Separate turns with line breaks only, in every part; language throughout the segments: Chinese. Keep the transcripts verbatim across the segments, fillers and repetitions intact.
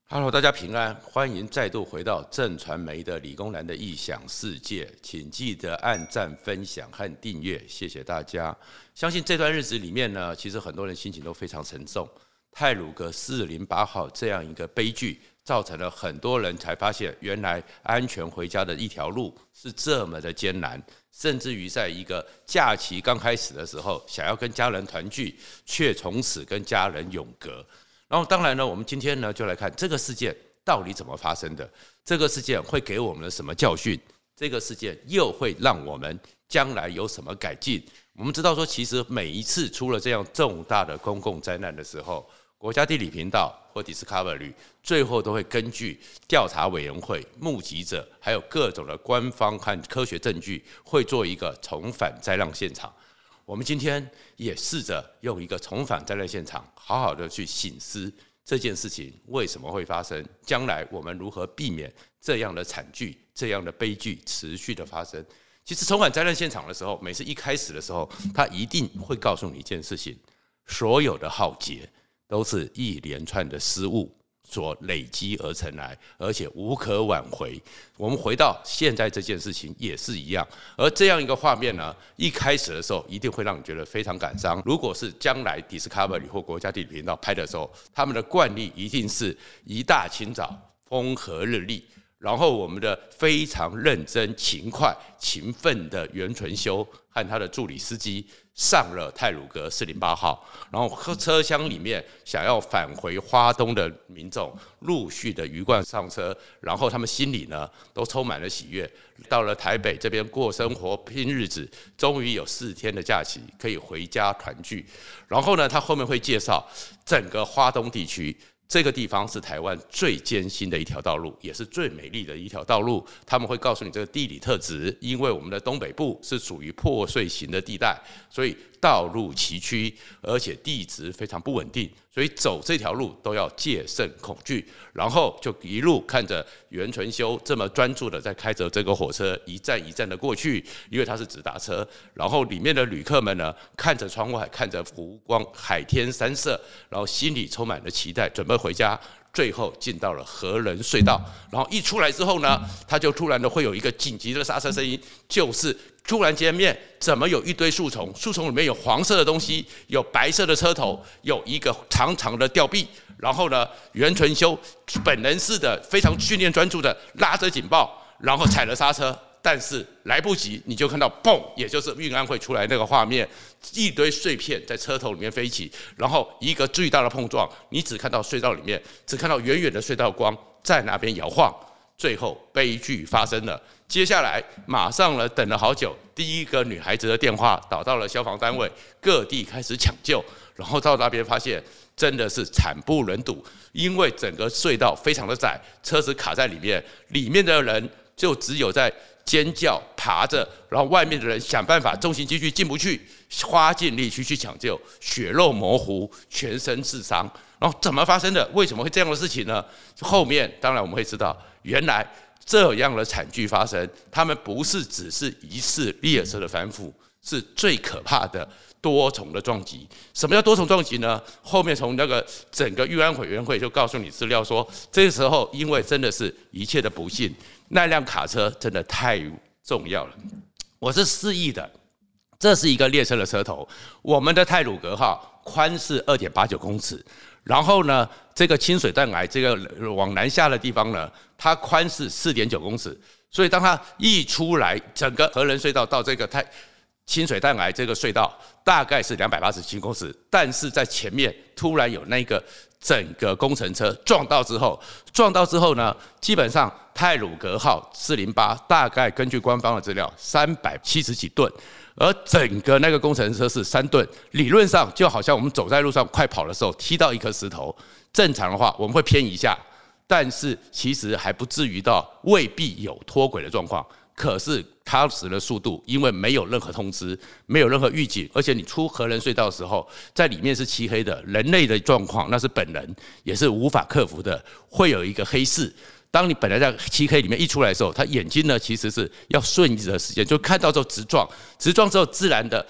Hello， 大家平安，欢迎再度回到正传媒的理工男的异想世界，请记得按赞、分享和订阅，谢谢大家。相信这段日子里面呢，其实很多人心情都非常沉重。太鲁阁四零八号这样一个悲剧，造成了很多人才发现，原来安全回家的一条路是这么的艰难，甚至于在一个假期刚开始的时候，想要跟家人团聚，却从此跟家人永隔。然后当然呢，我们今天呢就来看这个事件到底怎么发生的，这个事件会给我们什么教训，这个事件又会让我们将来有什么改进。我们知道说，其实每一次出了这样重大的公共灾难的时候，国家地理频道或 Discovery 最后都会根据调查委员会、目击者，还有各种的官方和科学证据，会做一个重返灾难现场。我们今天也试着用一个重返灾难现场，好好的去省思这件事情为什么会发生，将来我们如何避免这样的惨剧、这样的悲剧持续的发生。其实重返灾难现场的时候，每次一开始的时候，他一定会告诉你一件事情：所有的浩劫都是一连串的失误所累积而成来，而且无可挽回。我们回到现在这件事情也是一样，而这样一个画面呢，一开始的时候一定会让你觉得非常感伤。如果是将来 Discovery 或国家地理频道拍的时候，他们的惯例一定是一大清早，风和日丽，然后我们的非常认真、勤快、勤奋的袁纯修和他的助理司机上了太鲁阁四零八号，然后车厢里面想要返回花东的民众陆续的鱼贯上车，然后他们心里呢都充满了喜悦。到了台北这边过生活、拼日子，终于有四天的假期可以回家团聚。然后呢，他后面会介绍整个花东地区。这个地方是台湾最艰辛的一条道路，也是最美丽的一条道路。他们会告诉你这个地理特质，因为我们的东北部是属于破碎型的地带，所以道路崎岖，而且地质非常不稳定，所以走这条路都要戒慎恐惧。然后就一路看着袁纯修这么专注的在开着这个火车，一站一站的过去，因为它是直达车。然后里面的旅客们呢，看着窗外，看着湖光海天山色，然后心里充满了期待，准备回家。最后进到了和仁隧道，然后一出来之后呢，他就突然的会有一个紧急的刹车声音，就是突然间面怎么有一堆树丛，树丛里面有黄色的东西，有白色的车头，有一个长长的吊臂，然后呢，袁纯修本能似的非常训练专注的拉着警报，然后踩了刹车。但是来不及，你就看到嘣，也就是运安会出来那个画面，一堆碎片在车头里面飞起，然后一个巨大的碰撞，你只看到隧道里面，只看到远远的隧道光在那边摇晃，最后悲剧发生了。接下来马上呢，等了好久，第一个女孩子的电话导到了消防单位，各地开始抢救，然后到那边发现真的是惨不忍睹，因为整个隧道非常的窄，车子卡在里面，里面的人就只有在尖叫爬着，然后外面的人想办法，重型机具进不去，花尽力气去抢救，血肉模糊，全身是伤。然后怎么发生的？为什么会这样的事情呢？后面当然我们会知道，原来这样的惨剧发生，他们不是只是一次列车的翻覆，是最可怕的多重的撞击。什么叫多重撞击呢？后面从那个整个运安委员会就告诉你资料说，这个时候因为真的是一切的不幸，那辆卡车真的太重要了。我是示意的，这是一个列车的车头，我们的太鲁阁号宽是 二点八九公尺，然后呢，这个清水断崖这个往南下的地方呢，它宽是 四点九公尺，所以当它一出来，整个和仁隧道到这个太清水断崖这个隧道大概是两百八十七公尺，但是在前面突然有那个整个工程车撞到之后，撞到之后呢，基本上太鲁阁号四零八大概根据官方的资料三百七十几吨，而整个那个工程车是三吨，理论上就好像我们走在路上快跑的时候踢到一颗石头，正常的话我们会偏一下，但是其实还不至于到未必有脱轨的状况。可是当时的速度，因为没有任何通知，没有任何预警，而且你出和仁隧道的时候，在里面是漆黑的，人类的状况那是本能，也是无法克服的，会有一个黑视。当你本来在漆黑里面一出来的时候，他眼睛呢其实是要瞬移的时间，就看到之后直撞，直撞之后自然的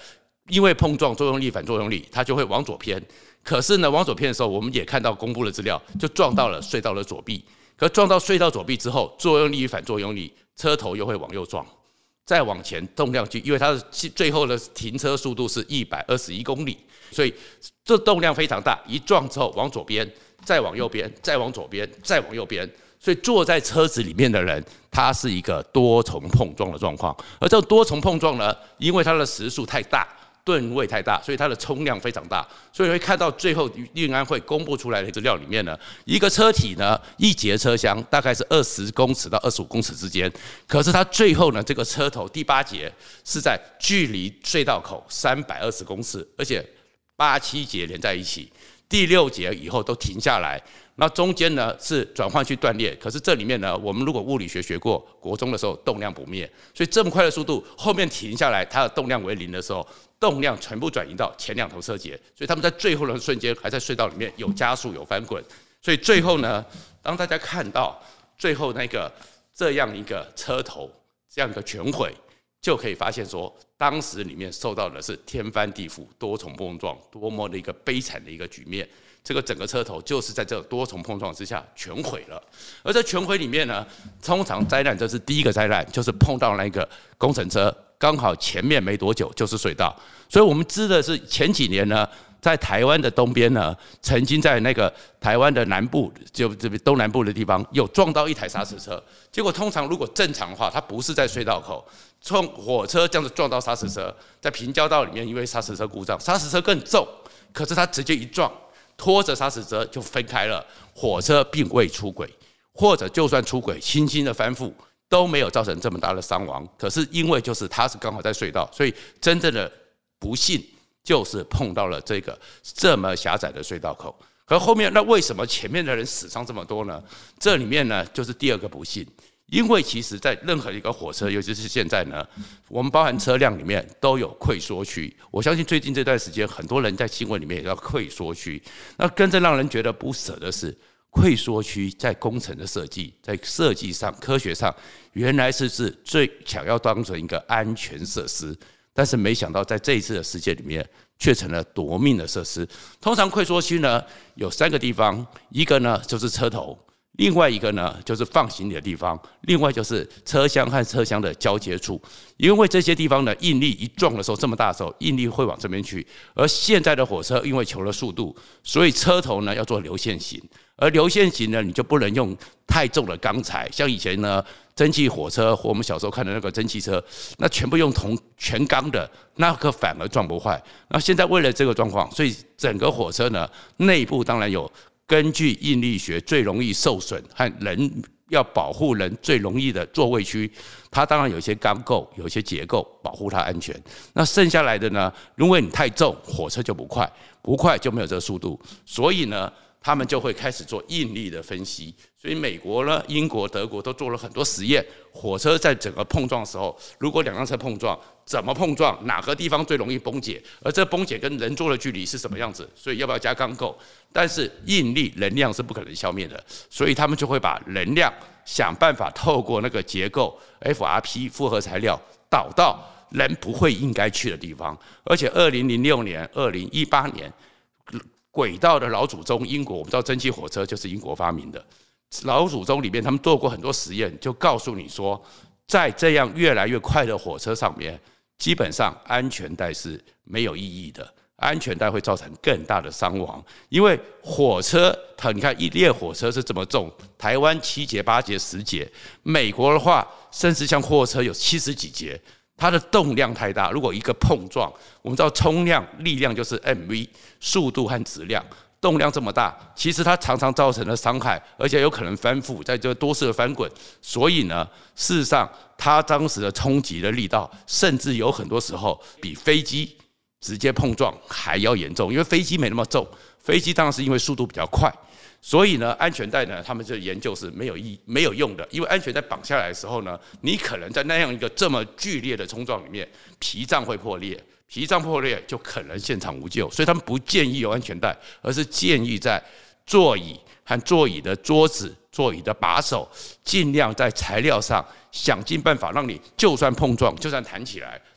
因为碰撞作用力反作用力，它就会往左偏。可是呢，往左偏的时候，我们也看到公布的资料，就撞到了隧道的左臂。可撞到隧道左臂之后，作用力与反作用力，车头又会往右撞，再往前动量去，因为它的最后的停车速度是一百二十一公里，所以这动量非常大。一撞之后往左边，再往右边，再往左边，再往右边。所以坐在车子里面的人，它是一个多重碰撞的状况。而这种多重碰撞呢，因为它的时速太大，吨位太大，所以它的冲量非常大。所以会看到最后运安会公布出来的资料里面呢，一个车体呢，一节车厢大概是二十公尺到二十五公尺之间，可是它最后呢，这个车头第八节是在距离隧道口三百二十公尺，而且八七节连在一起，第六节以后都停下来。那中间呢是转换去断裂，可是这里面呢，我们如果物理学学过，国中的时候动量不灭，所以这么快的速度，后面停下来，它的动量为零的时候，动量全部转移到前两头车节，所以他们在最后的瞬间还在隧道里面有加速有翻滚，所以最后呢，当大家看到最后那个这样一个车头这样一个全毁，就可以发现说，当时里面受到的是天翻地覆、多重碰撞，多么的一个悲惨的一个局面。这个整个车头就是在这多重碰撞之下全毁了。而这全毁里面呢，通常灾难就是第一个灾难就是碰到那个工程车，刚好前面没多久就是隧道。所以我们知的是前几年呢，在台湾的东边呢，曾经在那个台湾的南部，就这边东南部的地方，有撞到一台砂石车。结果通常如果正常的话，它不是在隧道口，从火车这样子撞到砂石车，在平交道里面，因为砂石车故障，砂石车更重，可是它直接一撞，拖着砂石车就分开了，火车并未出轨，或者就算出轨，轻轻的翻覆都没有造成这么大的伤亡。可是因为就是它是刚好在隧道，所以真正的不幸就是碰到了这个这么狭窄的隧道口。可后面那为什么前面的人死伤这么多呢？这里面呢就是第二个不幸。因为其实在任何一个火车，尤其是现在呢，我们包含车辆里面都有溃缩区。我相信最近这段时间，很多人在新闻里面也叫溃缩区。那更正让人觉得不舍的是，溃缩区在工程的设计，在设计上、科学上，原来是是最想要当成一个安全设施，但是没想到在这一次的事件里面，却成了夺命的设施。通常溃缩区呢有三个地方，一个呢就是车头。另外一个呢，就是放行李的地方；另外就是车厢和车厢的交接处。因为这些地方呢，应力一撞的时候，这么大的时候，应力会往这边去。而现在的火车因为求了速度，所以车头呢要做流线型。而流线型呢，你就不能用太重的钢材，像以前呢，蒸汽火车或我们小时候看的那个蒸汽车，那全部用铜全钢的，那个反而撞不坏。那现在为了这个状况，所以整个火车呢，内部当然有。根据应力学最容易受损和人要保护人最容易的座位区，它当然有一些钢构，有一些结构保护它安全。那剩下来的呢，如果你太重，火车就不快，不快就没有这个速度。所以呢，他们就会开始做应力的分析。所以美国呢、英国、德国都做了很多实验，火车在整个碰撞的时候，如果两辆车碰撞，怎么碰撞，哪个地方最容易崩解，而这崩解跟人坐的距离是什么样子，所以要不要加钢构？但是应力能量是不可能消灭的，所以他们就会把能量想办法透过那个结构 F R P 复合材料导到人不会应该去的地方。而且二零零六年、二零一八年，轨道的老祖宗英国，我们知道蒸汽火车就是英国发明的。老祖宗里面，他们做过很多实验，就告诉你说，在这样越来越快的火车上面，基本上安全带是没有意义的，安全带会造成更大的伤亡。因为火车，你看一列火车是这么重，台湾七节、八节、十节，美国的话，甚至像货车有七十几节，它的动量太大。如果一个碰撞，我们知道冲量、力量就是 M V， 速度和质量。动量这么大，其实它常常造成了伤害，而且有可能翻覆，在这多次的翻滚。所以呢，事实上它当时的冲击的力道，甚至有很多时候比飞机直接碰撞还要严重。因为飞机没那么重，飞机当然是因为速度比较快，所以呢，安全带呢，他们这研究是没有意没有用的。因为安全带绑下来的时候呢，你可能在那样一个这么剧烈的冲撞里面，脾脏会破裂。脾脏破裂就可能现场无救，所以他们不建议有安全带，而是建议在座椅和座椅的桌子、座椅的把手，尽量在材料上想尽办法让你就算碰撞，就算弹起来，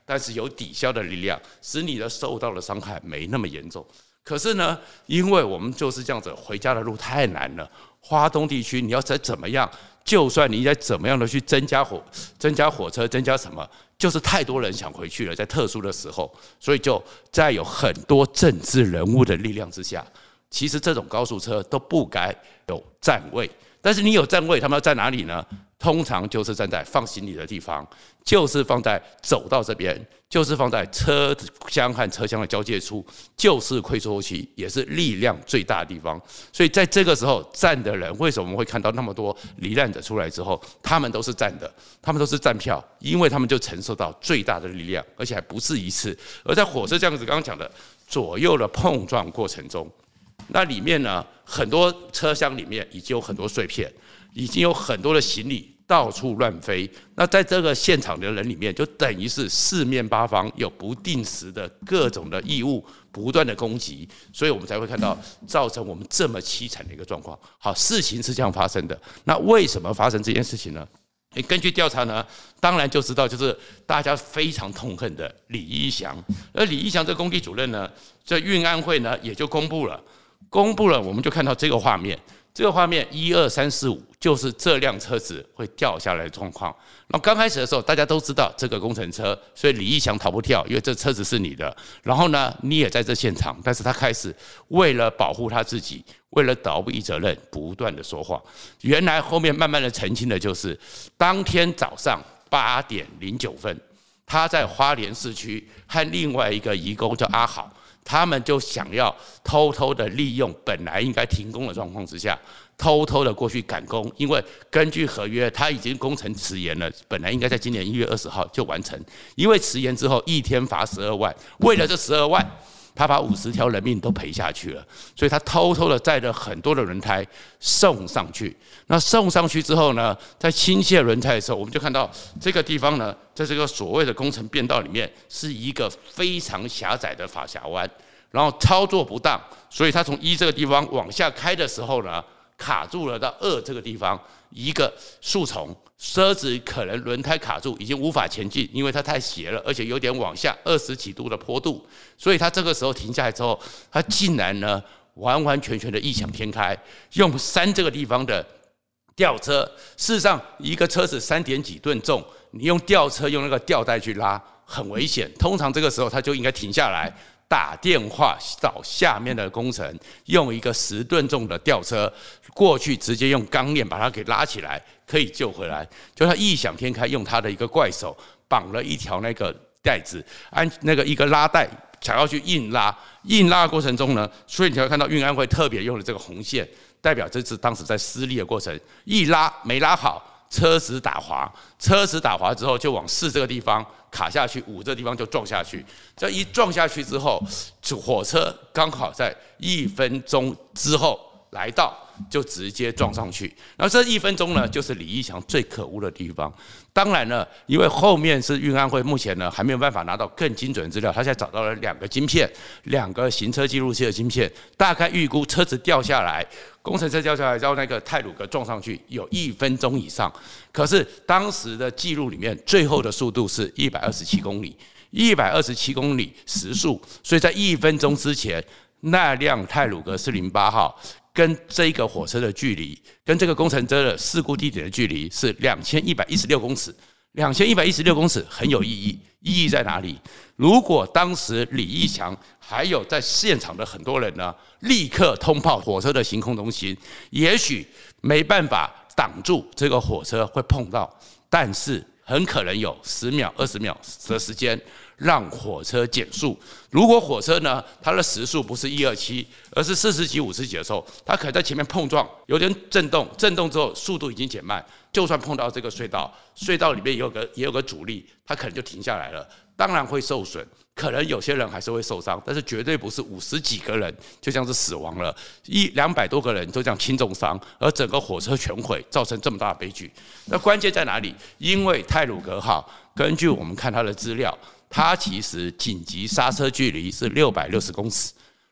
但是有抵消的力量，使你的受到的伤害没那么严重。可是呢，因为我们就是这样子，回家的路太难了。花东地区你要再怎么样，就算你再怎么样的去增加火、增加火车、增加什么，就是太多人想回去了，在特殊的时候，所以就在有很多政治人物的力量之下，其实这种高速车都不该有站位。但是你有站位，他们要站哪里呢？通常就是站在放行李的地方，就是放在走道这边，就是放在车厢和车厢的交界处，就是溃缩期，也是力量最大的地方。所以在这个时候站的人，为什么我们会看到那么多罹难者出来之后，他们都是站的，他们都是站票，因为他们就承受到最大的力量，而且还不是一次。而在火车这样子刚刚讲的左右的碰撞过程中，那里面呢，很多车厢里面已经有很多碎片，已经有很多的行李到处乱飞。那在这个现场的人里面，就等于是四面八方有不定时的各种的异物不断的攻击，所以我们才会看到造成我们这么凄惨的一个状况。好，事情是这样发生的。那为什么发生这件事情呢？根据调查呢，当然就知道，就是大家非常痛恨的李义祥。而李义祥这工地主任呢，这运安会呢也就公布了。公布了，我们就看到这个画面，这个画面一二三四五，就是这辆车子会掉下来的状况。然后刚开始的时候，大家都知道这个工程车，所以李义祥逃不掉，因为这车子是你的。然后呢，你也在这现场，但是他开始为了保护他自己，为了逃避责任，不断的说谎。原来后面慢慢的澄清的就是，当天早上八点零九分，他在花莲市区和另外一个移工叫阿好。他们就想要偷偷的利用本来应该停工的状况之下，偷偷的过去赶工，因为根据合约，他已经工程迟延了，本来应该在今年一月二十号就完成，因为迟延之后一天罚十二万，为了这十二万，他把五十条人命都赔下去了，所以他偷偷的载了很多的轮胎送上去。那送上去之后呢，在倾卸轮胎的时候，我们就看到这个地方呢，在这个所谓的工程变道里面，是一个非常狭窄的法峡湾，然后操作不当，所以他从一这个地方往下开的时候呢，卡住了到二这个地方一个树丛。车子可能轮胎卡住，已经无法前进，因为它太斜了，而且有点往下二十几度的坡度，所以他这个时候停下来之后，他竟然呢完完全全的异想天开，用三这个地方的吊车。事实上，一个车子三点几吨重，你用吊车用那个吊带去拉，很危险。通常这个时候他就应该停下来，打电话找下面的工程，用一个十吨重的吊车过去，直接用钢链把它给拉起来，可以救回来。就他异想天开，用他的一个怪手绑了一条那个带子，按那个一个拉带，想要去硬拉。硬拉的过程中呢，所以你才会看到运安会特别用了这个红线，代表这是当时在施力的过程。一拉没拉好，车子打滑，车子打滑之后就往四这个地方卡下去，五这个地方就撞下去。这一撞下去之后，火车刚好在一分钟之后来到，就直接撞上去。然后这一分钟呢，就是李义祥最可恶的地方。当然了，因为后面是运安会目前呢还没有办法拿到更精准的资料，他现在找到了两个晶片，两个行车记录器的晶片，大概预估车子掉下来，工程车掉下来，然后那个太鲁阁撞上去，有一分钟以上。可是当时的记录里面，最后的速度是一百二十七公里，一百二十七公里时速，所以在一分钟之前，那辆太鲁阁四零八号。跟这个火车的距离，跟这个工程车的事故地点的距离是两千一百一十六公尺，两千一百一十六公尺很有意义。意义在哪里？如果当时李义祥还有在现场的很多人呢，立刻通报火车的行控中心，也许没办法挡住这个火车会碰到，但是很可能有十秒、二十秒的时间。让火车减速。如果火车呢，它的时速不是一二七，而是四十几、五十几的时候，它可能在前面碰撞，有点震动，震动之后速度已经减慢。就算碰到这个隧道，隧道里面也有个也有个阻力，它可能就停下来了，当然会受损。可能有些人还是会受伤，但是绝对不是五十几个人就这样子死亡了，一两百多个人就这样轻重伤，而整个火车全毁，造成这么大的悲剧。那关键在哪里？因为太鲁阁号，根据我们看它的资料。它其实紧急刹车距离是六百六十公尺，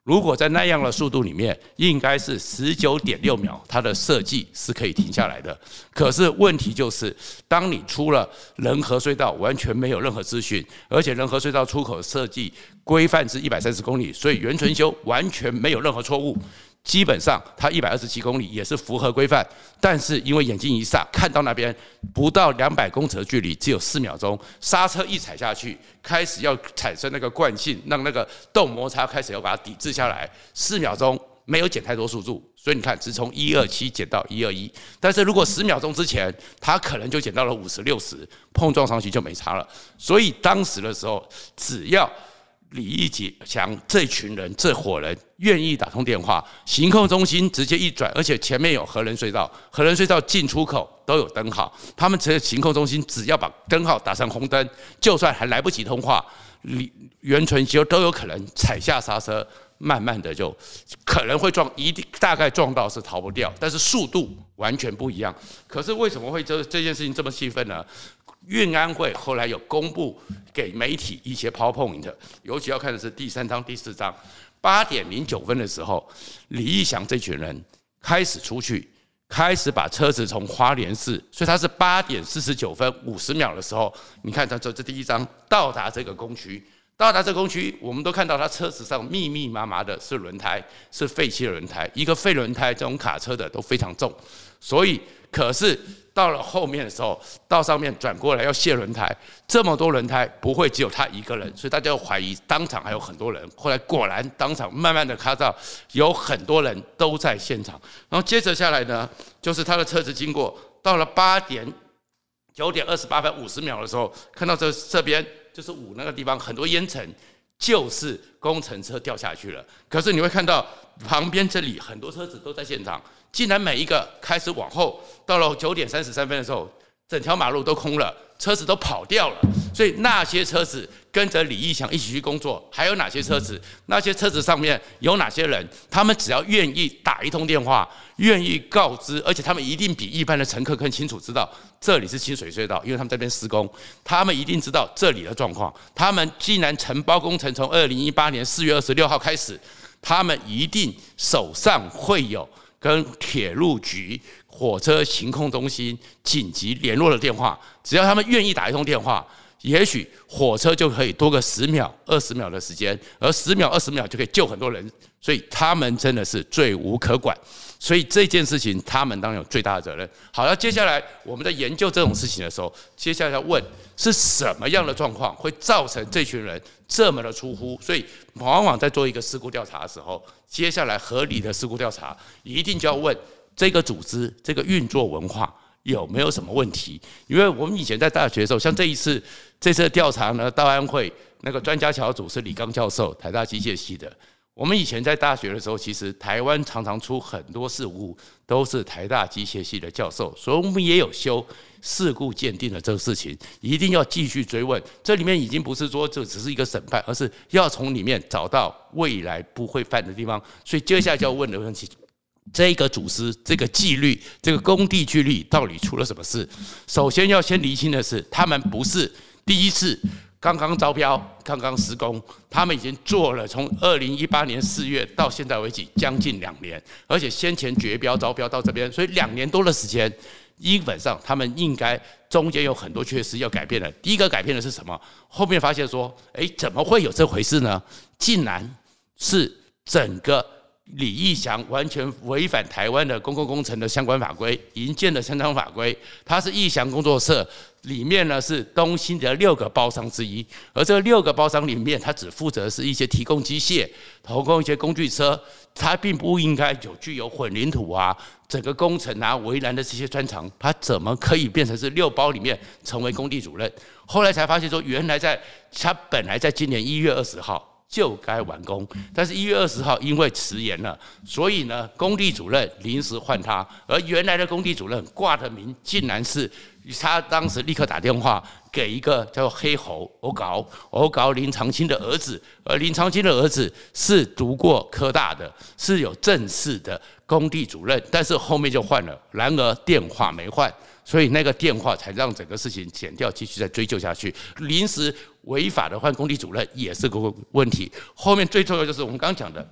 如果在那样的速度里面，应该是十九点六秒，它的设计是可以停下来的。可是问题就是，当你出了仁和隧道完全没有任何资讯，而且仁和隧道出口设计规范是一百三十公里，所以原纯修完全没有任何错误。基本上它一百二十七公里也是符合规范，但是因为眼睛一刹看到那边不到两百公尺的距离，只有四秒钟，刹车一踩下去，开始要产生那个惯性，让那个动摩擦开始要把它抵制下来，四秒钟没有减太多速度，所以你看只从一二七减到一二一，但是如果十秒钟之前，它可能就减到了五十六十，碰撞上去就没差了。所以当时的时候，只要李义祥这群人、这伙人愿意打通电话，行控中心直接一转，而且前面有和仁隧道，和仁隧道进出口都有灯号，他们这行控中心只要把灯号打成红灯，就算还来不及通话，原纯修都有可能踩下刹车，慢慢的就可能会撞，一定大概撞到是逃不掉，但是速度完全不一样。可是为什么会这这件事情这么气愤呢？运安会后来有公布给媒体一些 PowerPoint， 尤其要看的是第三章、第四章。八点零九分的时候，李义祥这群人开始出去，开始把车子从花莲市，所以他是八点四十九分五十秒的时候，你看他这这第一章到达这个工区，到达这个工区，我们都看到他车子上密密麻麻的是轮胎，是废弃的轮胎，一个废轮胎这种卡车的都非常重，所以可是到了后面的时候，到上面转过来要卸轮胎，这么多轮胎不会只有他一个人，所以大家怀疑当场还有很多人。后来果然当场慢慢的看到有很多人都在现场，然后接着下来呢，就是他的车子经过，到了八点九点二十八分五十秒的时候，看到这这边就是五那个地方很多烟尘，就是工程车掉下去了。可是你会看到旁边这里很多车子都在现场。竟然每一个开始往后，到了九点三十三分的时候，整条马路都空了，车子都跑掉了。所以那些车子跟着李义祥一起去工作，还有哪些车子？那些车子上面有哪些人？他们只要愿意打一通电话，愿意告知，而且他们一定比一般的乘客更清楚知道这里是清水隧道，因为他们这边施工，他们一定知道这里的状况。他们既然承包工程从二零一八年四月二十六号开始，他们一定手上会有跟铁路局、火车行控中心紧急联络的电话，只要他们愿意打一通电话，也许火车就可以多个十秒、二十秒的时间，而十秒、二十秒就可以救很多人，所以他们真的是罪无可管。所以这件事情，他们当然有最大的责任。好了，接下来我们在研究这种事情的时候，接下来要问是什么样的状况会造成这群人这么的疏忽？所以往往在做一个事故调查的时候，接下来合理的事故调查一定就要问这个组织、这个运作文化有没有什么问题？因为我们以前在大学的时候，像这一次这次的调查呢，道安会那个专家小组是李刚教授，台大机械系的。我们以前在大学的时候，其实台湾常常出很多事故，都是台大机械系的教授，所以我们也有修事故鉴定的这个事情，一定要继续追问。这里面已经不是说这只是一个审判，而是要从里面找到未来不会犯的地方。所以接下来就要问的问题，这个组织、这个纪律、这个工地纪律到底出了什么事？首先要先厘清的是，他们不是第一次。刚刚招标，刚刚施工，他们已经做了从二零一八年四月到现在为止将近两年，而且先前绝标招标到这边，所以两年多的时间，基本上他们应该中间有很多缺失要改变的。第一个改变的是什么？后面发现说，哎，怎么会有这回事呢？竟然是整个李义祥完全违反台湾的公共工程的相关法规，营建的相关法规，它是义祥工作社。里面呢是东兴的六个包商之一，而这六个包商里面，他只负责是一些提供机械、提供一些工具车，他并不应该有具有混凝土啊、整个工程啊、围栏的这些专长，他怎么可以变成是六包里面成为工地主任？后来才发现说，原来在他本来在今年一月二十号就该完工，但是一月二十号因为迟延了，所以呢，工地主任临时换他，而原来的工地主任挂的名竟然是。他当时立刻打电话给一个叫黑猴欧高欧高林长青的儿子，而林长青的儿子是读过科大的，是有正式的工地主任，但是后面就换了，然而电话没换，所以那个电话才让整个事情剪掉，继续再追究下去。临时违法的换工地主任也是个问题。后面最重要就是我们刚刚讲的，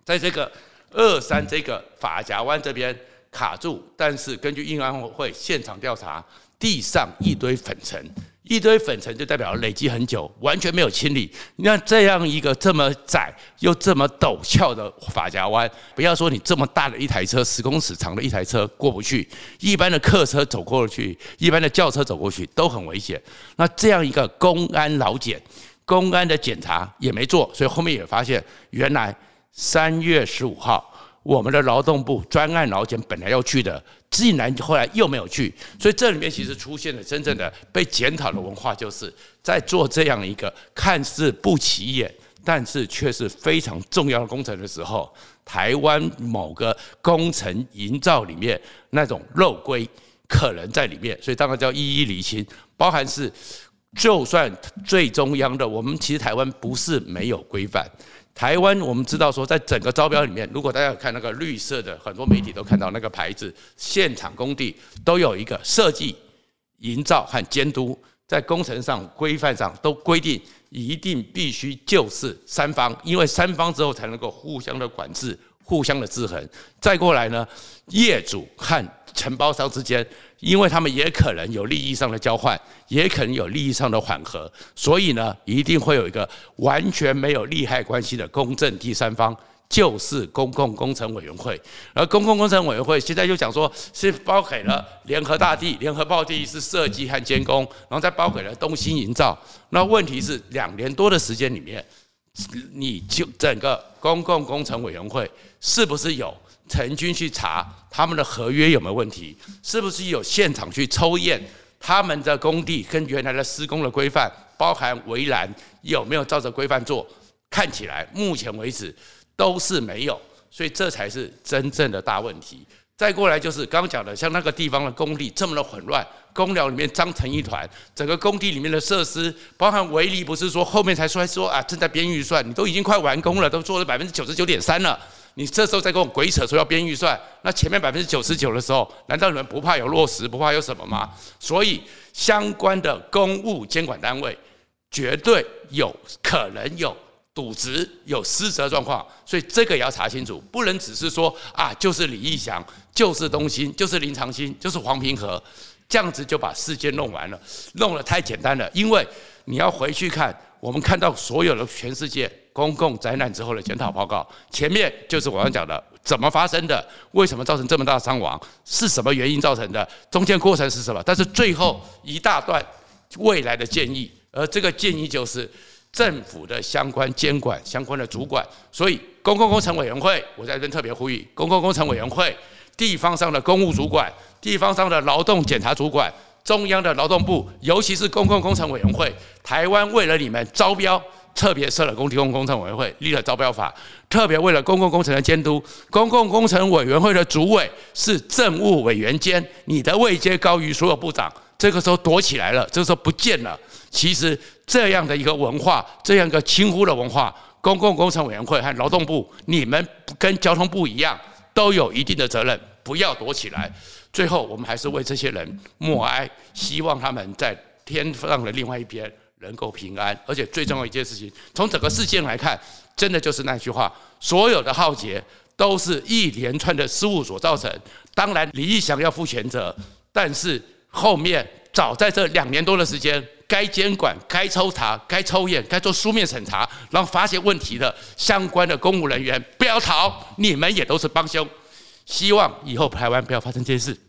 在这个二三这个法甲湾这边卡住，但是根据运安会现场调查，地上一堆粉尘。一堆粉尘就代表累积很久，完全没有清理。那这样一个这么窄又这么陡峭的法甲湾，不要说你这么大的一台车，十公尺长的一台车过不去，一般的客车走过去，一般的轿车走过去都很危险。那这样一个公安劳检，公安的检查也没做，所以后面也发现，原来三月十五号。我们的劳动部专案劳检本来要去的，竟然后来又没有去，所以这里面其实出现了真正的被检讨的文化，就是在做这样一个看似不起眼，但是却是非常重要的工程的时候，台湾某个工程营造里面那种漏规可能在里面，所以当然叫一一厘清，包含是就算最中央的，我们其实台湾不是没有规范。台湾我们知道说，在整个招标里面，如果大家有看那个绿色的，很多媒体都看到那个牌子，现场工地都有一个设计、营造和监督，在工程上规范上都规定，一定必须就是三方，因为三方之后才能够互相的管制、互相的制衡。再过来呢，业主和承包商之间，因为他们也可能有利益上的交换，也可能有利益上的缓和，所以呢，一定会有一个完全没有利害关系的公正第三方，就是公共工程委员会。而公共工程委员会现在就讲说，是包给了联合大地，联合报地是设计和监工，然后再包给了东兴营造。那问题是两年多的时间里面，你就整个公共工程委员会是不是有曾经去查他们的合约有没有问题？是不是有现场去抽验他们的工地跟原来的施工的规范，包含围栏有没有照着规范做？看起来目前为止都是没有，所以这才是真正的大问题。再过来就是刚刚讲的，像那个地方的工地这么的混乱，工寮里面脏成一团，整个工地里面的设施，包含围篱，不是说后面才出来说啊正在编预算，你都已经快完工了，都做了百分之九十九点三了。你这时候再跟我鬼扯说要编预算，那前面百分之九十九的时候，难道你们不怕有落实，不怕有什么吗？所以相关的公务监管单位绝对有可能有渎职、有失责状况，所以这个也要查清楚，不能只是说啊，就是李义祥，就是东兴，就是林长兴，就是黄平和，这样子就把事件弄完了，弄得太简单了。因为你要回去看，我们看到所有的全世界公共灾难之后的检讨报告，前面就是我刚讲的怎么发生的，为什么造成这么大的伤亡，是什么原因造成的，中间过程是什么，但是最后一大段未来的建议，而这个建议就是政府的相关监管、相关的主管，所以公共工程委员会，我在这边特别呼吁，公共工程委员会、地方上的公务主管、地方上的劳动检查主管、中央的劳动部，尤其是公共工程委员会，台湾为了你们招标，特别设了公共工程委员会，立了招标法，特别为了公共工程的监督，公共工程委员会的主委是政务委员兼，你的位阶高于所有部长，这个时候躲起来了，这个时候不见了。其实这样的一个文化，这样一个轻忽的文化，公共工程委员会和劳动部，你们跟交通部一样，都有一定的责任，不要躲起来。最后，我们还是为这些人默哀，希望他们在天上的另外一边能够平安。而且最重要一件事情，从整个事件来看，真的就是那句话：所有的浩劫都是一连串的失误所造成。当然，李义祥要负全责，但是后面早在这两年多的时间，该监管、该抽查、该抽验、该做书面审查，然后发现问题的相关的公务人员不要逃，你们也都是帮凶。希望以后台湾不要发生这件事。